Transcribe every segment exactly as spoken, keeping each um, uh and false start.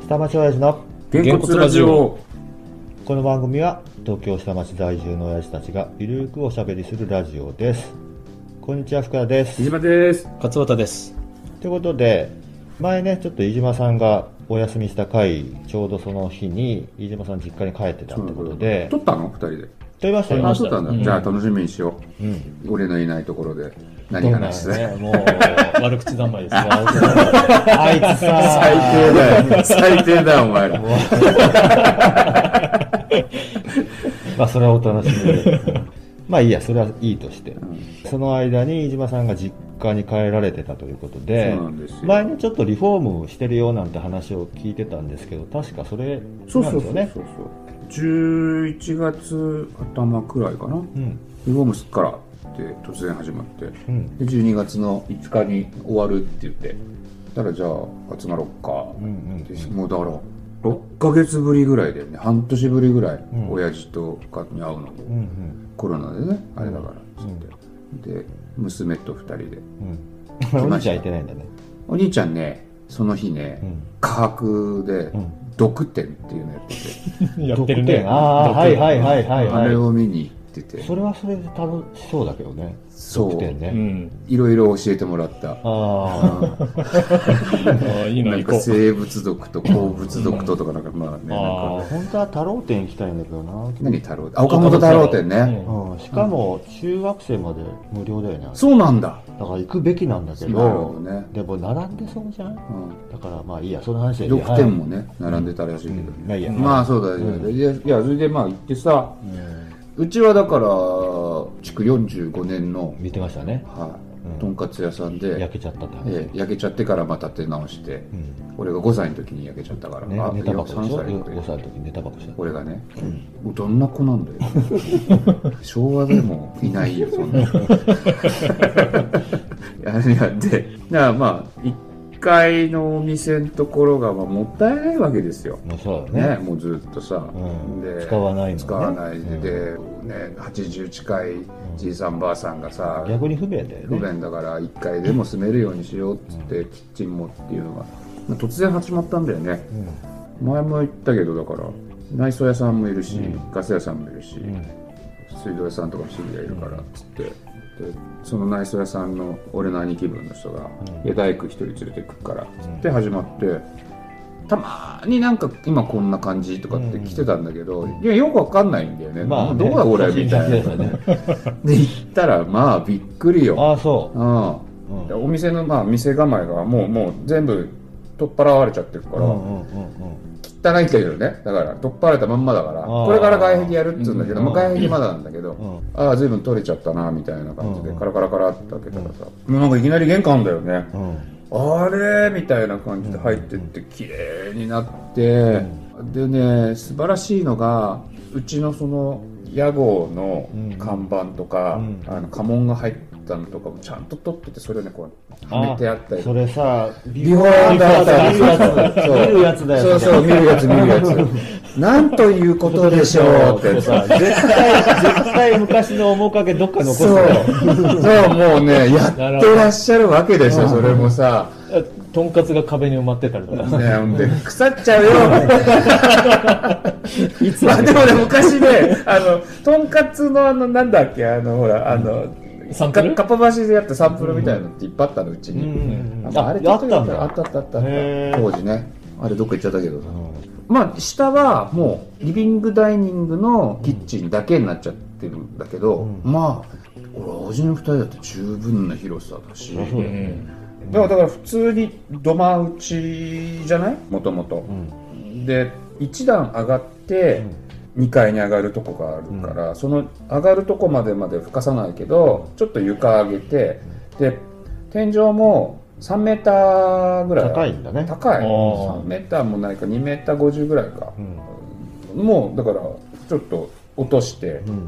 下町親父のげんこつラジオ。 この番組は東京下町在住の親父たちがゆるくおしゃべりするラジオです。こんにちは、福田です。 飯島です。 勝俣です。 ということで、前ねちょっと飯島さんがお休みした回、ちょうどその日に飯島さん実家に帰ってたってことで、 撮ったのふたりで。 撮りましたよ。 あ、撮ったんだ、うん、じゃあ楽しみにしよう、うん、俺のいないところで何話して、 ね、もう悪口三昧ですね。 あいつさ最低だよ最低だよお前らまあそれはお楽しみでまあいいや、それはいいとして、うん、その間に飯島さんが実家に帰られてたということで、 そうなんですよ。 前にちょっとリフォームしてるよなんて話を聞いてたんですけど、確かそれなんですよね。 そうそうそうそう、じゅういちがつ頭くらいかな、うん、リフォームすっからって突然始まって、うん、でじゅうにがつのいつかに終わるって言って、たらじゃあ集まろっか、うんうんうん、もうだからろっかげつぶりぐらいだよね、半年ぶりぐらい、うん、親父とかに会うのも、うんうん、コロナでねあれだからっつって、うん、で娘とふたりで、 うん、お兄ちゃんいてないんだね。 お兄ちゃんね、その日ね、うん、科博で、うん、毒展っていうのやっててやってるね。 ああ、はいはいはいはい、はい、 あれを見に行ってて、 それはそれで楽しそうだけどね。 そう、 ね、 うん、いろいろ教えてもらった。ああいいの。なんか生物毒と鉱物毒ととかなんか、まあね、なんか本当は太郎展行きたいんだけどな。 何太郎？あ、岡本太郎展ね、 うん、しかも中学生まで無料だよね。 そうなんだ。 だから行くべきなんだけど、ね、でも並んでそうじゃん、うん、だからまあいいや、その話で。 ろくてんもね、並んでたらしいけど、うん、まあいいや、まあそうだよ、うん、いや、いや、それでまあ行ってさ、うん、うちはだから築よんじゅうごねんの見てましたね、 はい、うん、とんかつ屋さんで焼けちゃったって話、 ええ、焼けちゃってからまた建て直して、うん、俺がごさいの時に焼けちゃったから、 ね、 あ、 ネタ箱でしょ。 さんさいのごさいの時にネタ箱した俺がね、うん、どんな子なんだよ昭和でもいないよそんなやれやって、だからまあいっかいのお店のところがまあもったいないわけですよ。 もうそうだね、 ね、もうずっとさ、うん、で使わないの、ね、 使わないで、うん、ね、はちじゅう近いじいさんばあさんがさ、 逆に不便だよね。 不便だからいっかいでも住めるようにしようっつって、うん、キッチンもっていうのが突然始まったんだよね、うん、前も言ったけど、だから内装屋さんもいるし、うん、ガス屋さんもいるし、うん、水道屋さんとかも知り合いいるからっつって、でその内装屋さんの俺の兄貴分の人が、うん、いや大工一人連れてくからっつって始まって、うん、たまになんか今こんな感じとかって来てたんだけど、うん、いやよくわかんないんだよね、まあね、どうだ俺みたいなで行ったらまあびっくりよ。 ああそう、 うん、お店のまあ店構えがもうもう全部取っ払われちゃってるから、うんうんうんうん、汚いけどね、だから取っ払われたまんまだから、これから外壁やるっつうんだけど、うん、まあ、外壁まだなんだけど、うん、ああ随分取れちゃったなみたいな感じで、うん、カラカラカラって開けたらさ、うん、もうなんかいきなり玄関だよね、うん、あれみたいな感じで入ってって綺麗になって、うん、でね素晴らしいのが、うちのその屋号の看板とか、うん、あの家紋が入ってのとかもちゃんと撮ってて、それをねこうはめてあったり、 それさビフォーアンダーだったり、 見るやつだよ。 そうそう、見るやつ見るやつなんということでしょうってさ、 絶対絶対昔の面影どっか残すよ。 そうそう、もうねやってらっしゃるわけでしょ。それもさ、 とんかつが壁に埋まってたりとかね、ほんで腐っちゃうよいつまあでもね、昔ね、あのとんかつのあのなんだっけ、あのほら、あのサンプル？ かっぱ橋でやったサンプルみたいなのっていっぱいあったの、うちに、うんうん、あ, あれあったんだ。 あったあったあった当時ね、あれどっか行っちゃったけど、うん、まあ下はもうリビングダイニングのキッチンだけになっちゃってるんだけど、うん、まあ俺おじのふたりだって十分な広さだし、うん、だからだから普通に土間打ちじゃないもともとで、いちだん上がって、うん、にかいに上がるとこがあるから、うん、その上がるとこまでまで吹かさないけど、ちょっと床上げて、で天井もさんメーターぐらい高いんだね。 高い、さんメーターもないかにメーターごじゅうぐらいか、うん、もうだからちょっと落として、うん、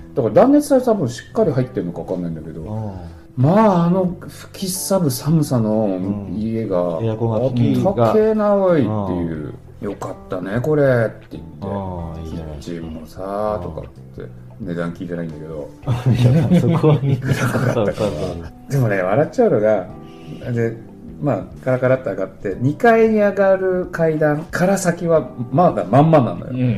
だから断熱材多分しっかり入ってるのか分かんないんだけど、まああの吹きさぶ寒さの家が、うん、エアコンが効きが高えなおいっていう、よかったねこれって言って、キッチンもさとかって値段聞いてないんだけどいやそこはいくらかかったかでもね笑っちゃうのが、でまあカラカラって上がってにかいに上がる階段から先はまだまんまなのよ、 うんうん、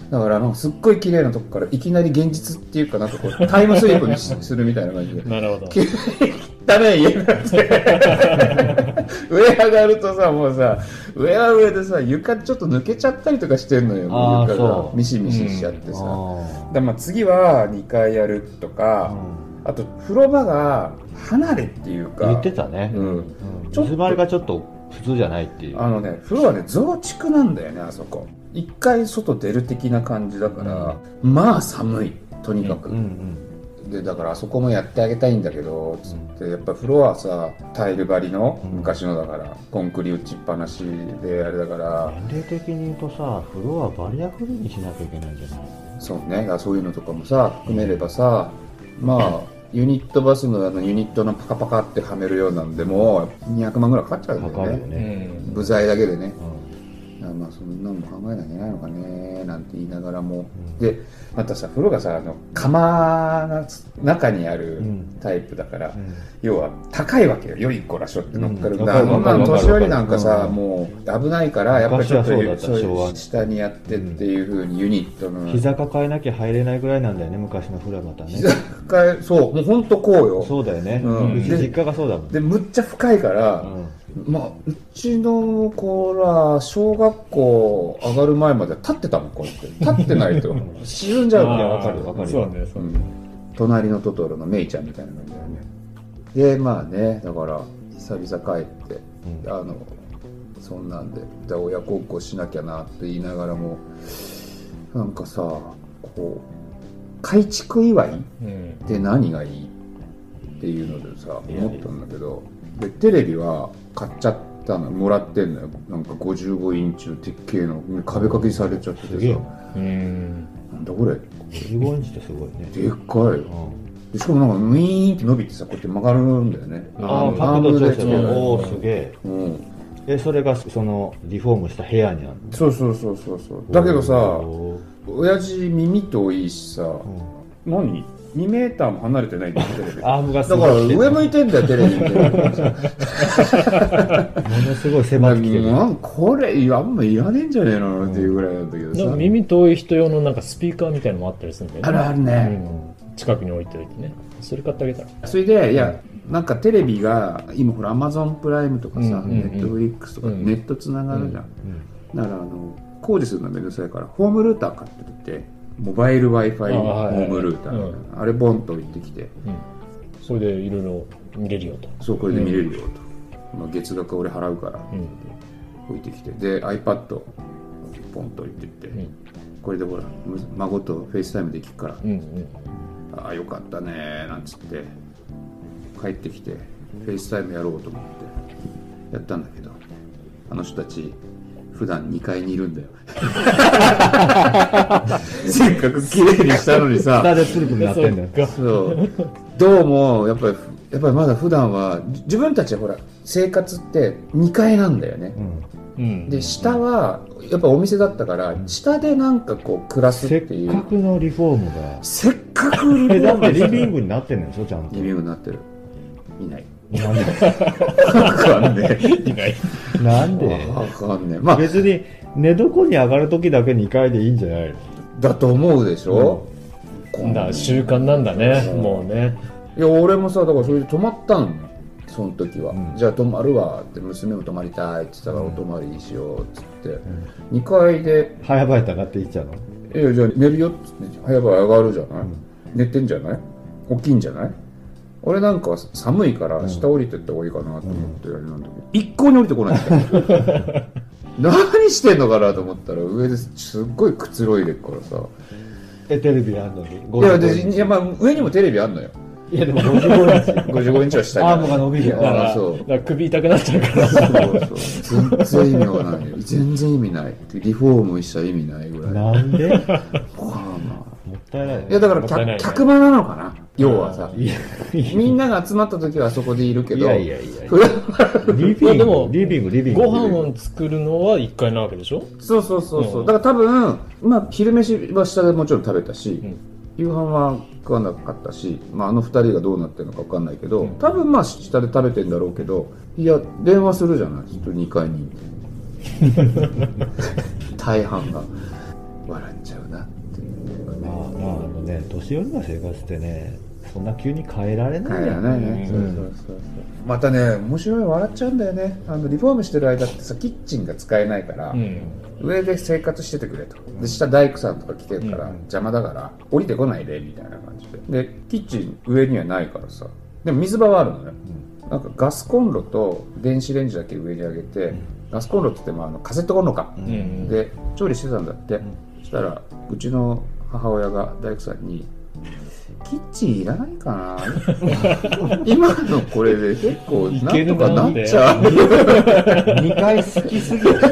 だからなんかすっごい綺麗なとこからいきなり現実っていうかなんかこうタイムスリップにするみたいな感じでなるほど。 急に汚い家になって上上がるとさもうさ上は上でさ床ちょっと抜けちゃったりとかしてんのよあー床がそうミシミシしちゃってさ、 あだまあ次はにかいやるとか、 ー、 あと風呂場が離れっていうか言ってたね、 うんうんちょっと水回りがちょっと普通じゃないっていう。 あのね風呂はね増築なんだよねあそこ一回外出る的な感じだから、うん、まあ寒いとにかく、うんうん、でだからあそこもやってあげたいんだけどつってやっぱ風呂はさタイル張りの昔のだから、うん、コンクリ打ちっぱなしであれだから年齢的に言うとさ風呂はバリアフリーにしなきゃいけないんじゃない？ そうねそういうのとかもさ含めればさまあユニットバスのあのユニットのパカパカってはめるようなんでもにひゃくまんぐらいかかっちゃうんだよね。 かかるよね、 うん、部材だけでね、 うん、 まあそんなのも考えなきゃいけないのかねなんて言いながらも、うん、でまたさ風呂がさあの釜が中にあるタイプだから、うん、要は高いわけよよいこらしょって乗っかるんだ、うん、女の年寄りなんかさ、うん、もう危ないからやっぱりちょっとそういう下にやってっていう風にユニットの、 うん、膝抱えなきゃ入れないぐらいなんだよね昔の風呂はまたね膝抱えそうもうほんとこうよそうだよね、うん、うち実家がそうだもんでむっちゃ深いから、うんまあ、うちの子ら小学校上がる前まで立ってたもんこうやって立ってないと沈んじゃうからわかるわかるそうねそうね、うん、 隣のトトロのメイちゃんみたいな感じだよねでまあねだから久々帰って、うん、あのそんなんでで親孝行しなきゃなって言いながらもなんかさこう改築祝いって何がいいっていうのでさ、うん、思ったんだけどでテレビは買っちゃったのもらってんのよなんかごじゅうごインチのでっけえの壁掛けされちゃっててさうんなんだこれごじゅうごインチってすごいねでっかい、うん、でしかもなんかウィーンって伸びてさこうやって曲がるんだよねああ角度調整おおすげえ、うん、えそれがそのリフォームした部屋にあるのそうそうそうそうそうだけどさ親父耳遠いしさ、うん、何にメーターも離れてないんだよテレビアームがだから上向いてんだよテレビ見てるものすごい狭くてなんこれあんまいらねえんじゃねえのっていうぐらいなんだけどさ、 うん、耳遠い人用のなんかスピーカーみたいなのもあったりするんだよねあるあるね、 うん、近くに置いておいてねそれ買ってあげたらそれでいやなんかテレビが今ほらアマゾンプライムとかさ、うんうんうん、ネットフリックスとかネットつながるじゃん、うんうん、だからあの工事するのめんどくさいからホームルーター買っててモバイル Wi-Fi ホームルーター、うん、あれボンと置いてきて、うん、 それでいろいろ見れるよとそうこれで見れるよと、うんまあ、月額俺払うから、うん、置いてきてで iPad ポンと置いてって、うん、これでほら孫とフェイスタイムできるから、うんうん、ああよかったねなんつって帰ってきてフェイスタイムやろうと思ってやったんだけどあの人たち普段にかいにいるんだよせっかく綺麗にしたのにさ下でプルプルなってんだよそうどうもやっぱりやっぱりまだ普段は自分たちはほら生活ってにかいなんだよね、うん、で下はやっぱお店だったから下でなんかこう暮らすっていうせっかくのリフォームがせっかくリフォームだってリビングになってんのでしょちゃんとリビングになってるいないなんでわかんねえいないなんでわかんねえ、まあ、 別に寝床に上がるときだけにかいでいいんじゃないのだと思うでしょ、 うん、だ習慣なんだね、うん、もうねいや俺もさだからそれで泊まったんその時は、うん、じゃあ泊まるわって娘も泊まりたいって言ったら、うん、お泊まりしようっつって、うん、にかいで早々と上がっていっちゃうのいやじゃあ寝るよっつって早々上がるじゃない、うん、寝てんじゃない起きんじゃない俺なんかは寒いから下降りてった方がいいかなと思ってやりなんだけど、うん、一向に降りてこないんだよ何してんのかなと思ったら上ですっごいくつろいでるからさえテレビあんのにいやでいや、まあ、上にもテレビあんのよいやでもごじゅうごインチごじゅうごインチは下にアームが伸びるよだからそうだから首痛くなっちゃうからそうそう全然意味がない全然意味ないリフォームした意味ないぐらいなんでわかんないもったいないねいやだから 客, 客間なのかな要はさみんなが集まった時はあそこでいるけどいやいやいやリビングでもリビングリビングご飯を作るのはいっかいなわけでしょそうそうそうそう、うん、だから多分まあ昼飯は下でもちろん食べたし、うん、夕飯は食わなかったし、まあ、あのふたりがどうなってるのか分かんないけど、多分まあ下で食べてんだろうけど、いや電話するじゃない、人にかいに大半が笑っちゃうなっていうかね。 まあまああのね、年寄りの生活ってね、そんな急に変えられない変えられないね、 うんそうそうそうそう。またね面白い、笑っちゃうんだよね。あのリフォームしてる間ってさ、キッチンが使えないから、 うん上で生活しててくれと。で下大工さんとか来てるから、邪魔だから降りてこないでみたいな感じで、でキッチン上にはないからさ、でも水場はあるのよ、なんかガスコンロと電子レンジだけ上に上げて、ガスコンロって言ってもあのカセットコンロか、 うんで調理してたんだって、そしたらうちの母親が大工さんにキッチンいらないかな今のこれで結構なんとかなっちゃうにかい好きすぎる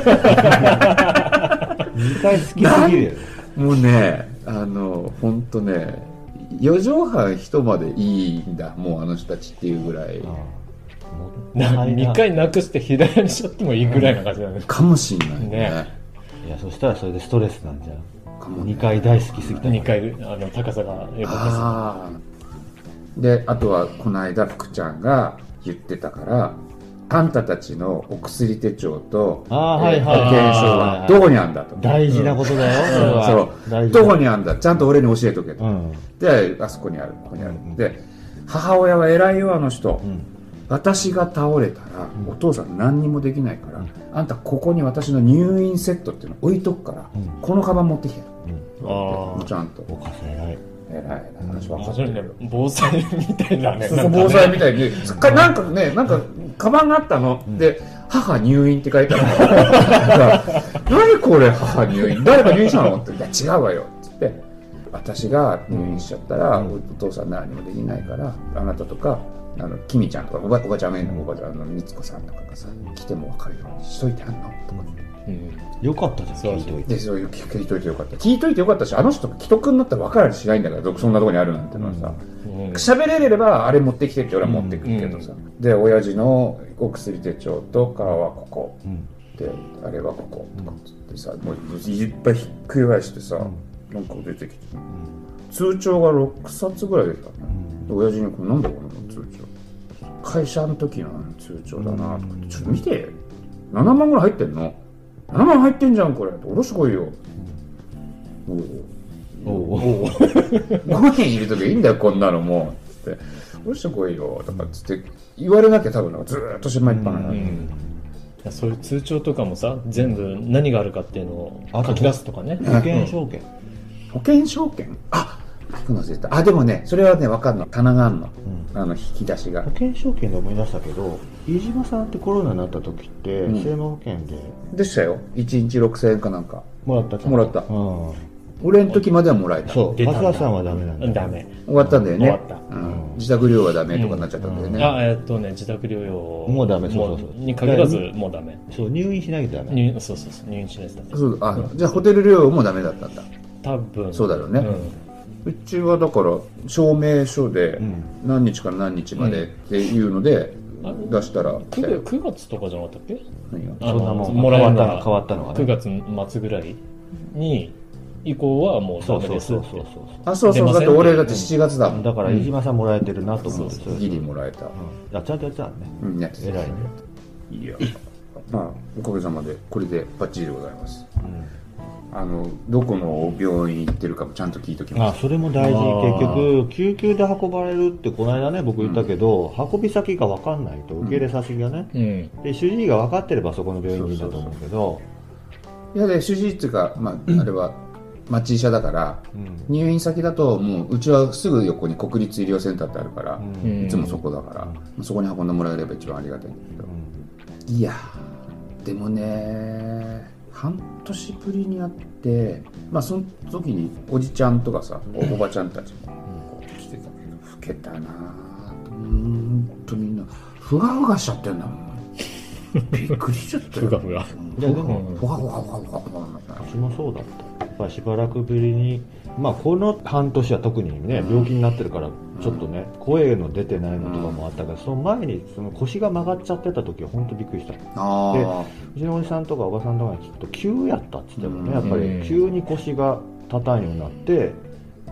にかい好きすぎるよ。 もうね、あの本当ね、よじはん一までいいんだもうあの人たちっていうぐらいなにかいなくして左にしちゃってもいいぐらいな感じだね。 かもしんないね。 ねいや、そしたらそれでストレスなんじゃん。 かもねにかい大好きすぎた。 にかいあの高さが良かあーで、あとはこの間福ちゃんが言ってたから、あんたたちのお薬手帳とあーはいはいえー保険証はどこにあんだと。 大事なことだよ、それは。 そう大事どこにあんだ、ちゃんと俺に教えとけと、 うん。 であそこにある、ここにある、 うんで母親は偉いよあの人、 うん。 私が倒れたら、 うんお父さん何にもできないから、 うんあんたここに私の入院セットっていうの置いとくから、 うんこのカバン持ってきて、 うん。 あーちゃんとお母さん偉い。 偉いな話分かった。 ってね、防災みたいだね。 そうなんかね防災みたいに、かなんかね、なんかカバンがあったの、 んで母入院って書いてあるの何これ母入院、誰か入院したのって、いや違うわよっつって、私が入院しちゃったら、 うんお父さん何もできないから、あなたとかあのキミちゃんとかおばおばちゃんがいいの、おばちゃんのみつこさんとかがさ、来ても分かるようにしといてあんのとかうんよかったじゃん、 そう聞いといて。 で、そういう聞いといてよかった、聞いといてよかったし、あの人既得になったら分からんしないんだから、そんなとこにあるなんてのはさ、 うん喋れればあれ持ってきてって俺は持ってくるけどさ、で親父のお薬手帳とかはここうん。 であれはこことかっつってさ、もういっぱいひっくり返してさ、なんか出てきて通帳がろっさつぐらい出てたね、で親父にこれなんだこの通帳、会社の時の通帳だなとかって、ちょっと見てななまんぐらい入ってんの、ななまん入ってんじゃんこれ、おろしてこいよ、おおおお。 ごまん入れときゃいいんだよこんなのもうつって、おろしてこいよとかっつって言われなきゃ多分ずーっとしまいっぱなの、 うんそういう通帳とかもさ、全部何があるかっていうのを書き出すとかね。 保険証券。 保険証券、あ書くの絶対、あでもねそれはね分かんの、棚があんの、 うんあの引き出しが保険証券で思い出したけど、飯島さんってコロナになった時って、 うん生命保険ででしたよ、いちにちろくせんえんかなんかもらったじゃん。 もらったうん。 俺の時まではもらえた、 そう、 出たんだ松田さんはダメなんだよ。 ダメ。 終わったんだよね、 終わったうん自宅療養はダメとかになっちゃったんだよね、 あ、えっとね、自宅療養もうダメそうそうそうもに限らずもうダメ。 そう、入院しなきゃダメ。 入そうそうそう、入院しないとダメ。 そうあじゃあホテル療養もダメだったんだ、 多分。 そうだろうね、 んうちはだから証明書でうん何日から何日までっていうのでうん出したら来たよ、 くがつとかじゃなかったっけ？ 何があのそんなもんもらえるのが変わったの変わったのがねくがつ末ぐらいに以降はもうそうそうダメですってそうそうそう。 あそうそう、だって俺だってしちがつだもん、 だから飯島さんもらえてるなと思って、それギリもらえた、 うんあちゃんとやってたんね。 うん、やってた偉いね。 いやまあおかげさまでこれでバッチリでございます、あのどこの病院行ってるかもちゃんと聞いときあます。 それも大事。 あー結局救急で運ばれるってこの間ね僕言ったけど、運び先が分かんないと受け入れ先がね、 うん。 で主治医が分かってればそこの病院にいいんだと思うけど、 いやで主治医っていうか、まあ、あれは町医者だから、 うん入院先だともううちはすぐ横に国立医療センターってあるから、 うんいつもそこだから、そこに運んでもらえれば一番ありがたいんだけど、いやーでもね半年ぶりに会ってまあその時におじちゃんとかさおばちゃんたちもこう来てたけど老けたなぁとほんとみんなふがふがしちゃってんだもんびっくりしちゃったよふがふがふがふがふがふがふがふがふが私もそうだった。やっぱりしばらくぶりに、まあこの半年は特にね病気になってるからちょっとね、声の出てないのとかもあったけど、その前にその腰が曲がっちゃってた時は本当びっくりした。 あうちのおじさんとかおばさんとかにきっと急やったって言ってもね、やっぱうんり急に腰が立たんようになって、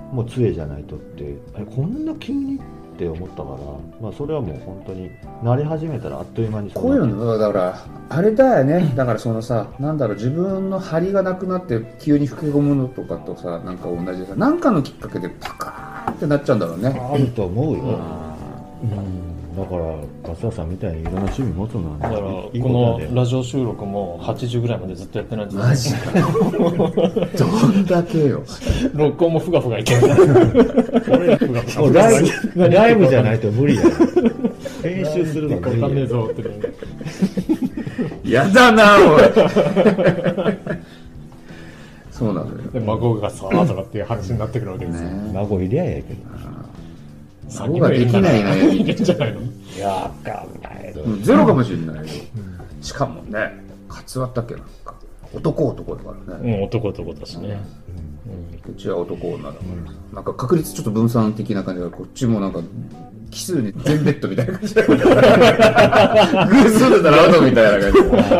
もう杖じゃないとってえこんな急にって思ったから、まあ、それはもう本当に慣れ始めたらあっという間にこういうのだからあれだよね。だからそのさ、なんだろう、自分の張りがなくなって急に老け込むのとかとさ、なんか同じでさ、なんかのきっかけでパカーンってなっちゃうんだろうね。 あると思うよ、 うんうん、だから勝田さんみたいにいろんな趣味持つのはだからいいこことだよのラジオ収録もはちじぐらいまでずっとやってないんじゃないマジかどんだけよ。 録音もふがふがいけない俺ふがふがもうライブライブじゃないと無理だよ編集するのわかんねえ無理だよぞってねやだなおいそうなのよで孫がさーとかっていう話になってくるわけですよ、 ね。 孫いりゃやけど孫ができないのよいるんじゃないの。 いやわかんないけどゼロかもしれないよ。しかもね、カツワったっけなんか男男だからね。 うん、男男だしね、 うちは男女だからさ、なんか確率ちょっと分散的な感じで、こっちもなんか奇数に全ベッドみたいな感じで偶数だったらアウトみたいな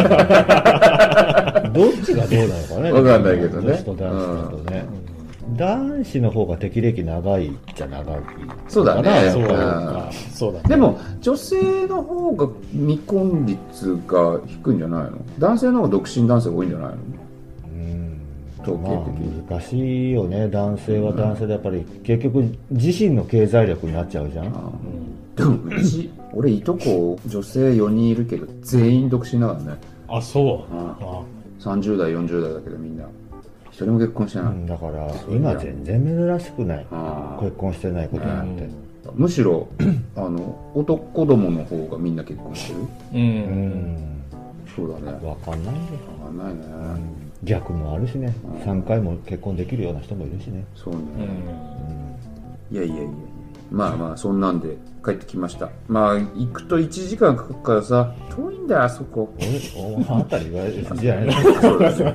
感じでどっちがどうなのかねわかんないけどね女子と男子だとね、男子の方が適齢期長いじゃ長いそうだね。 そううんかそうだね。 でも女性の方が未婚率が低いんじゃないの？男性の方が独身男性が多いんじゃないの？ うん統計的に。 まあ、難しいよね。男性は男性でやっぱり結局自身の経済力になっちゃうじゃん。 あでもうち俺いとこ女性よにんいるけど全員独身だからね。 あそうああさんじゅう代よんじゅう代だけどみんな一人も結婚してない、 うんだから今全然珍しくないあ結婚してないことなんて、 むしろあの男子供の方がみんな結婚してる。 うん、 うんうんそうだね。 分かんないよ、 わかんないね、 うん、逆もあるしね、 うんさんかいも結婚できるような人もいるしね、 そうね、 うんいやいやいやいや、まあまあそんなんで帰ってきました。まあ行くといちじかんかかるからさ、遠いんだよあそこ。 俺おあんたに言われるじゃないそうだね。そりゃ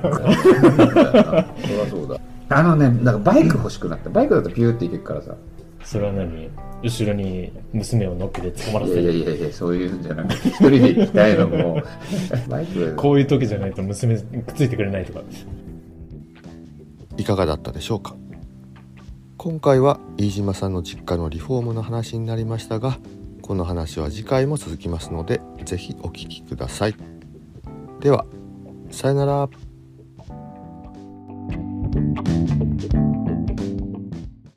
そうだ。あのね、なんかバイク欲しくなった。バイクだとピューって行けるからさ。 それは何後ろに娘を乗っけて捕まらいせるやいやいやいや、そういうんじゃなくて、一人で行きたいのも、バイクで。 こういう時じゃないと娘くっついてくれないとか。 いかがだったでしょうか。今回は飯島さんの実家のリフォームの話になりましたが、この話は次回も続きますので、ぜひお聞きください。では、さよなら。